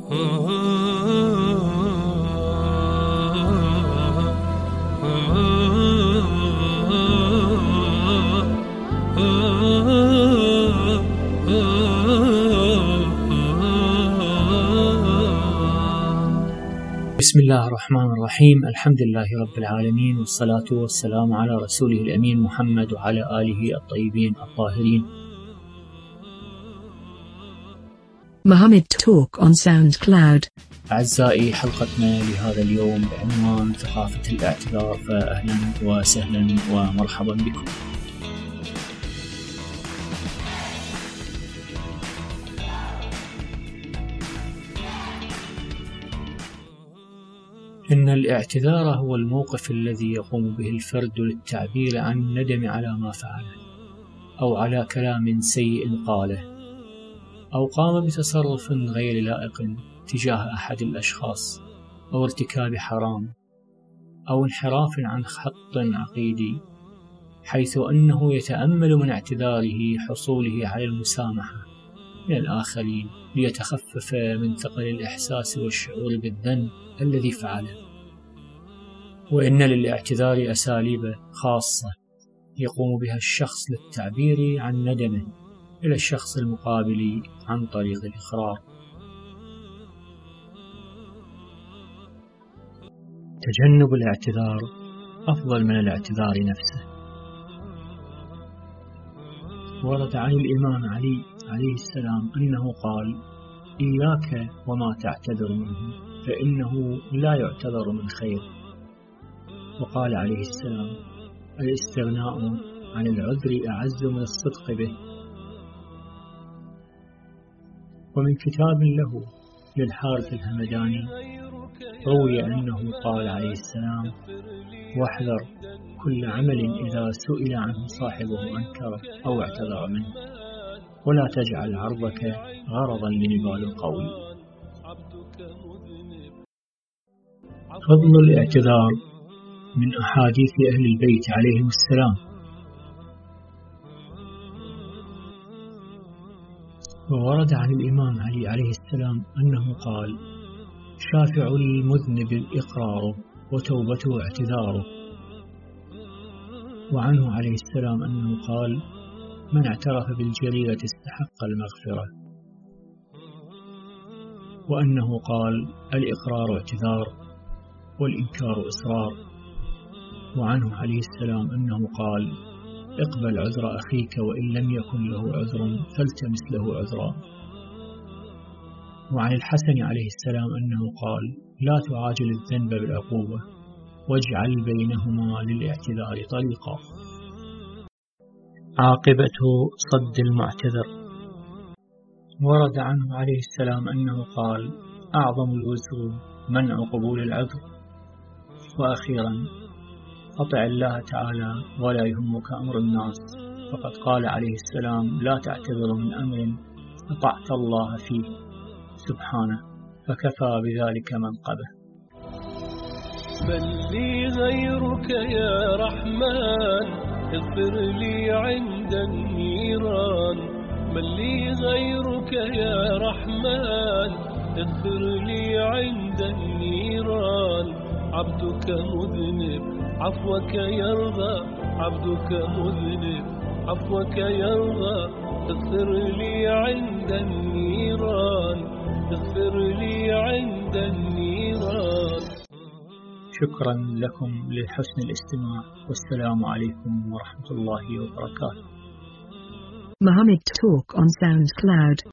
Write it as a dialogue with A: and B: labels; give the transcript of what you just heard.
A: بسم الله الرحمن الرحيم. الحمد لله رب العالمين، والصلاة والسلام على رسوله الأمين محمد وعلى آله الطيبين الطاهرين.
B: Muhammad Talk on SoundCloud.
A: أعزائي، حلقتنا لهذا اليوم بعنوان ثقافة الاعتذار، فأهلا وسهلا ومرحبا بكم. إن الاعتذار هو الموقف الذي يقوم به الفرد للتعبير عن الندم على ما فعله، أو على كلام سيء قاله، أو قام بتصرف غير لائق تجاه أحد الأشخاص، أو ارتكاب حرام، أو انحراف عن خط عقيدي، حيث أنه يتأمل من اعتذاره حصوله على المسامحة من الآخرين ليتخفف من ثقل الإحساس والشعور بالذنب الذي فعله. وإن للاعتذار أساليب خاصة يقوم بها الشخص للتعبير عن ندمه إلى الشخص المقابل عن طريق الإقرار. تجنب الاعتذار أفضل من الاعتذار نفسه. ورد عن الإمام علي عليه السلام أنه قال: إياك وما تعتذر منه، فإنه لا يعتذر من خير. وقال عليه السلام: الاستغناء عن العذر أعز من الصدق به. ومن كتاب له للحارث الهمداني روي أنه قال عليه السلام: واحذر كل عمل إذا سئل عنه صاحبه أنكره أو اعتذر منه، ولا تجعل عرضك غرضا لنبال القول. فضل الاعتذار من أحاديث أهل البيت عليهم السلام. وورد عن الإمام علي عليه السلام أنه قال: شافع المذنب الإقرار، وتوبته اعتذاره. وعنه عليه السلام أنه قال: من اعترف بالجريرة استحق المغفرة. وأنه قال: الإقرار اعتذار، والإنكار إصرار. وعنه عليه السلام أنه قال: اقبل عذر أخيك وإن لم يكن له عذر فالتمس له عذرا. وعن الحسن عليه السلام أنه قال: لا تعاجل الذنب بالعقوبة، واجعل بينهما للاعتذار طريقا. عاقبة صد المعتذر. ورد عنه عليه السلام أنه قال: أعظم الوزر منع قبول العذر. وأخيرا، أطع الله تعالى ولا يهمك أمر الناس، فقد قال عليه السلام: لا تعتذر من أمر أطعت الله فيه سبحانه، فكفى بذلك منقبة.
C: بل لي غيرك يا رحمن، اغفر لي عند النيران. بل لي غيرك يا رحمن، اغفر لي عند النيران. عبدك مذنب عفوك يرضى، عبدك مذنب عفوك يرضى. اغفر لي عند النيران، اغفر لي عند النيران.
A: شكرا لكم لحسن الاستماع، والسلام عليكم ورحمة الله وبركاته.
B: Muhammad Talk on SoundCloud.